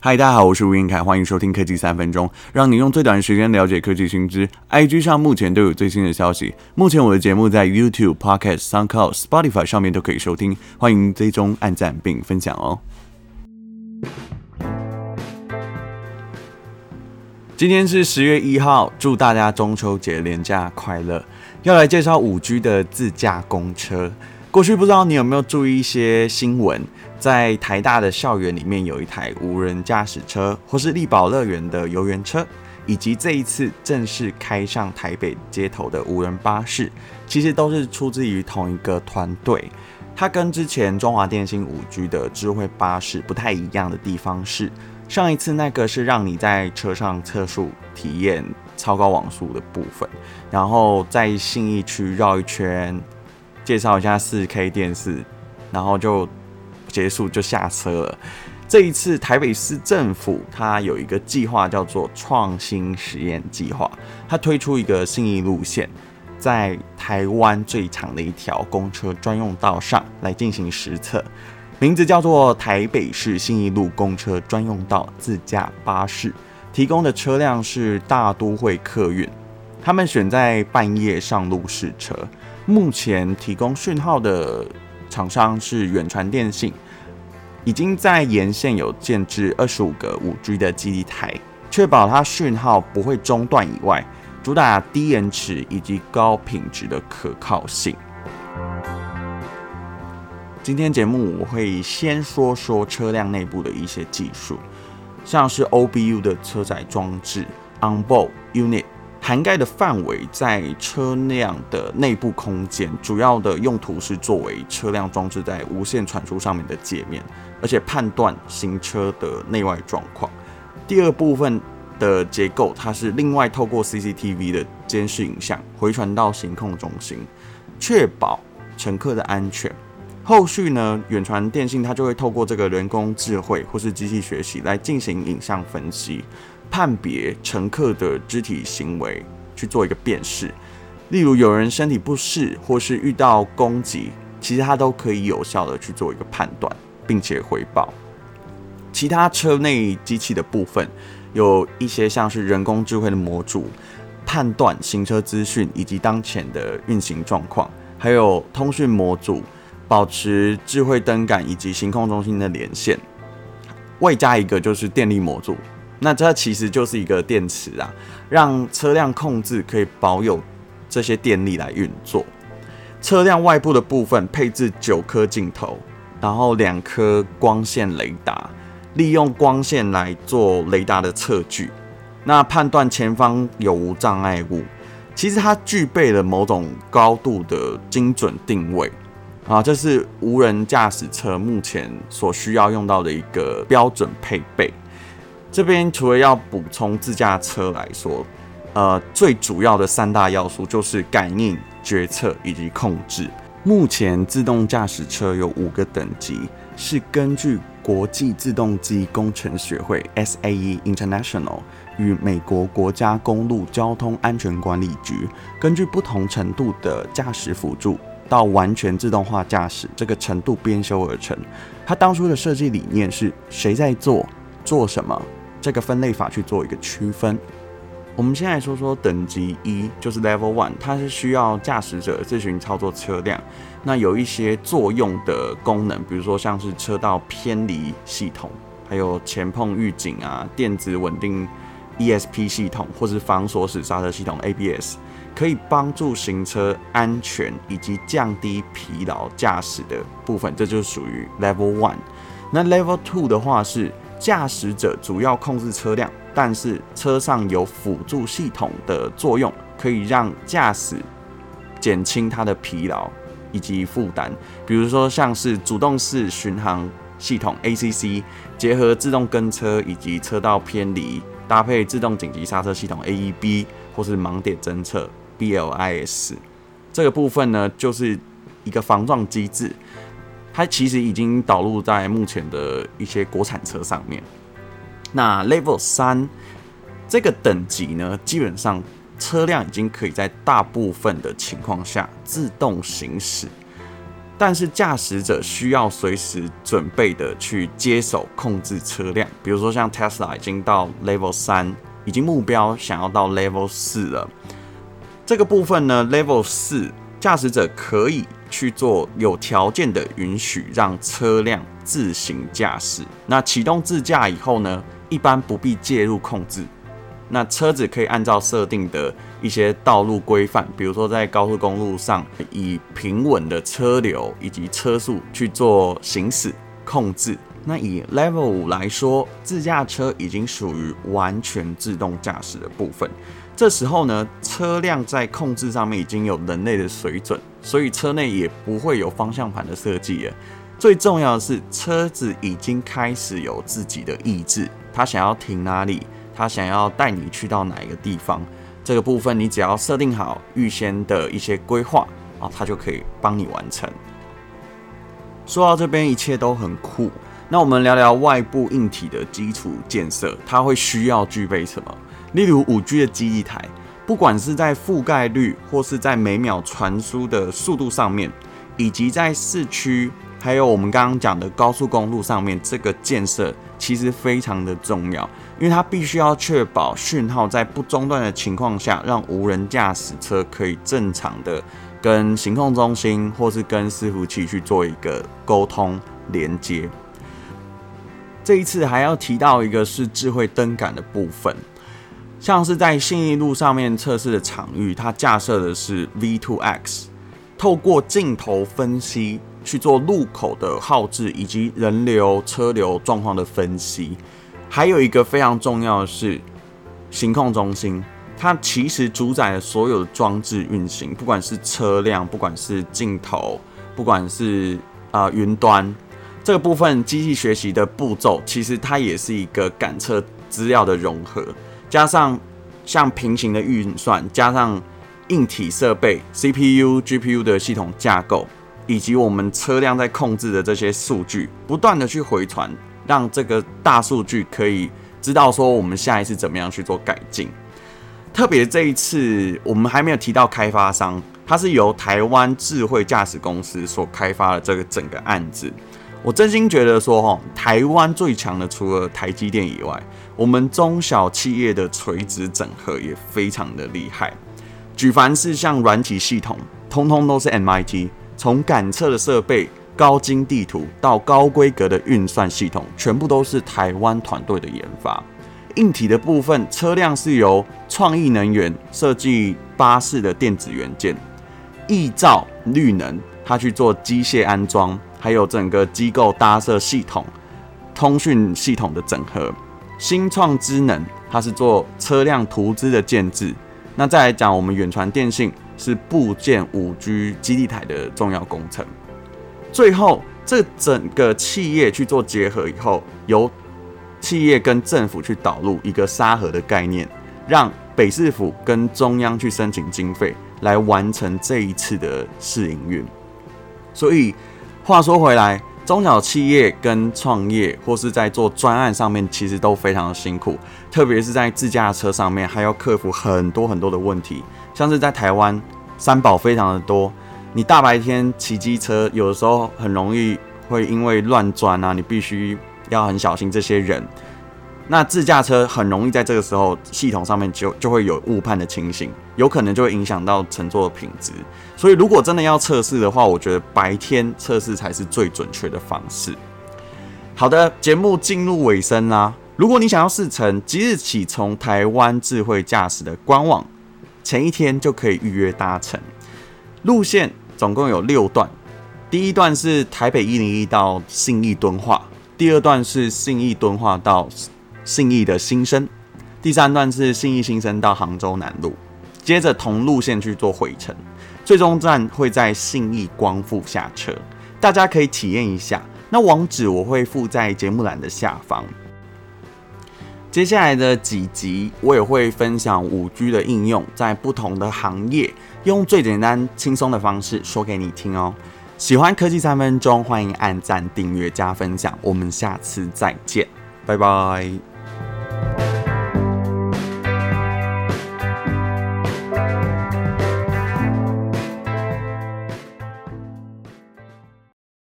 嗨，大家好，我是吴晏凯，欢迎收听科技3分钟，让你用最短的时间了解科技新知。IG 上目前都有最新的消息。目前我的节目在 YouTube、Podcast、SoundCloud、Spotify 上面都可以收听，欢迎追踪、按赞并分享哦。今天是10月1号，祝大家中秋节连假快乐。要来介绍5G 的自驾公车。过去不知道你有没有注意一些新闻，在台大的校园里面有一台无人驾驶车，或是力宝乐园的游园车，以及这一次正式开上台北街头的无人巴士，其实都是出自于同一个团队。它跟之前中华电信5G 的智慧巴士不太一样的地方是，上一次那个是让你在车上测速体验超高网速的部分，然后在信义区绕一圈，介绍一下 4K 电视，然后就结束就下车了。这一次台北市政府它有一个计划叫做创新实验计划，它推出一个信义路线，在台湾最长的一条公车专用道上来进行实测，名字叫做台北市信义路公车专用道自驾巴士，提供的车辆是大都会客运，他们选在半夜上路试车。目前提供讯号的厂商是远传电信，已经在沿线有建置25个5G 的基地台，确保它讯号不会中断以外，主打低延迟以及高品质的可靠性。今天节目我会先说说车辆内部的一些技术，像是 OBU 的车载装置 Onboard Unit， 涵盖的范围在车辆的内部空间，主要的用途是作为车辆装置在无线传输上面的界面，而且判断行车的内外状况。第二部分的结构，它是另外透过 CCTV 的监视影像回传到行控中心，确保乘客的安全。后续呢，远传电信它就会透过这个人工智慧或是机器学习来进行影像分析，判别乘客的肢体行为，去做一个辨识。例如有人身体不适或是遇到攻击，其实它都可以有效的去做一个判断，并且回报。其他车内机器的部分，有一些像是人工智慧的模组，判断行车资讯以及当前的运行状况，还有通讯模组，保持智慧灯杆以及行控中心的连线，外加一个就是电力模组。那这其实就是一个电池啊，让车辆控制可以保有这些电力来运作。车辆外部的部分配置9颗镜头，然后2颗光线雷达，利用光线来做雷达的测距，那判断前方有无障碍物。其实它具备了某种高度的精准定位啊，这是无人驾驶车目前所需要用到的一个标准配备。这边除了要补充自驾车来说，最主要的3大要素就是感应、决策以及控制。目前自动驾驶车有5个等级，是根据国际自动机工程学会 SAE International 与美国国家公路交通安全管理局，根据不同程度的驾驶辅助到完全自动化驾驶这个程度编修而成。它当初的设计理念是谁在做什么，这个分类法去做一个区分。我们先来说说等级1，就是 Level 1， 它是需要驾驶者自行操作车辆，那有一些作用的功能，比如说像是车道偏离系统，还有前碰预警啊、电子稳定 ESP 系统，或是防锁死刹车系统 ABS， 可以帮助行车安全以及降低疲劳驾驶的部分，这就属于 Level 1。那 Level 2的话是驾驶者主要控制车辆，但是车上有辅助系统的作用，可以让驾驶减轻他的疲劳以及负担。比如说像是主动式巡航系统 ACC， 结合自动跟车以及车道偏离，搭配自动紧急刹车系统 AEB， 或是盲点侦测 BLIS。这个部分呢，就是一个防撞机制。它其实已经导入在目前的一些国产车上面。那 Level 3这个等级呢，基本上车辆已经可以在大部分的情况下自动行驶， 但是驾驶者需要随时准备的去接手控制车辆，比如说像 Tesla 已经到 Level 3，已经目标想要到 Level 4了。这个部分呢 ，Level 4驾驶者可以去做有条件的允许让车辆自行驾驶。那启动自驾以后呢，一般不必介入控制。那车子可以按照设定的一些道路规范，比如说在高速公路上以平稳的车流以及车速去做行驶控制。那以 Level 5来说，自驾车已经属于完全自动驾驶的部分。这时候呢，车辆在控制上面已经有人类的水准，所以车内也不会有方向盘的设计了。最重要的是，车子已经开始有自己的意志，它想要停哪里，它想要带你去到哪一个地方。这个部分你只要设定好预先的一些规划，它就可以帮你完成。说到这边，一切都很酷。那我们聊聊外部硬体的基础建设，它会需要具备什么？例如 5G 的基地台，不管是在覆盖率或是在每秒传输的速度上面，以及在市区还有我们刚刚讲的高速公路上面，这个建设其实非常的重要，因为它必须要确保讯号在不中断的情况下，让无人驾驶车可以正常的跟行控中心或是跟伺服器去做一个沟通连接。这一次还要提到一个是智慧灯杆的部分。像是在信义路上面测试的场域，它架设的是 V2X， 透过镜头分析去做路口的号志以及人流、车流状况的分析。还有一个非常重要的是行控中心，它其实主宰了所有的装置运行，不管是车辆，不管是镜头，不管是云端，这个部分机器学习的步骤，其实它也是一个感测资料的融合。加上像平行的运算，加上硬体设备 CPU、GPU 的系统架构，以及我们车辆在控制的这些数据，不断的去回传，让这个大数据可以知道说我们下一次怎么样去做改进。特别这一次我们还没有提到开发商，它是由台湾智慧驾驶公司所开发的这个整个案子。我真心觉得说，台湾最强的除了台积电以外，我们中小企业的垂直整合也非常的厉害。举凡是像软体系统，通通都是 MIT， 从感测的设备、高精地图到高规格的运算系统，全部都是台湾团队的研发。硬体的部分，车辆是由创意能源设计巴士的电子元件，亿兆绿能它去做机械安装，还有整个机构搭设系统、通讯系统的整合。新创智能它是做车辆图资的建制。那再来讲，我们远传电信是布建 5G 基地台的重要工程。最后，这整个企业去做结合以后，由企业跟政府去导入一个沙盒的概念，让北市府跟中央去申请经费，来完成这一次的试营运。所以话说回来，中小企业跟创业或是在做专案上面，其实都非常的辛苦，特别是在自驾车上面，还要克服很多很多的问题。像是在台湾，三宝非常的多，你大白天骑机车，有的时候很容易会因为乱钻啊，你必须要很小心这些人。那自驾车很容易在这个时候系统上面就会有误判的情形，有可能就会影响到乘坐的品质。所以如果真的要测试的话，我觉得白天测试才是最准确的方式。好的，节目进入尾声啦。如果你想要试乘，即日起从台湾智慧驾驶的官网，前一天就可以预约搭乘。路线总共有6段，第一段是台北101到信义敦化，第二段是信义敦化到信义的新生，第3段是信义新生到杭州南路，接着同路线去做回程，最终站会在信义光复下车，大家可以体验一下。那网址我会附在节目栏的下方。接下来的几集我也会分享 5G 的应用，在不同的行业，用最简单轻松的方式说给你听哦。喜欢科技3分钟，欢迎按赞、订阅、加分享，我们下次再见，拜拜。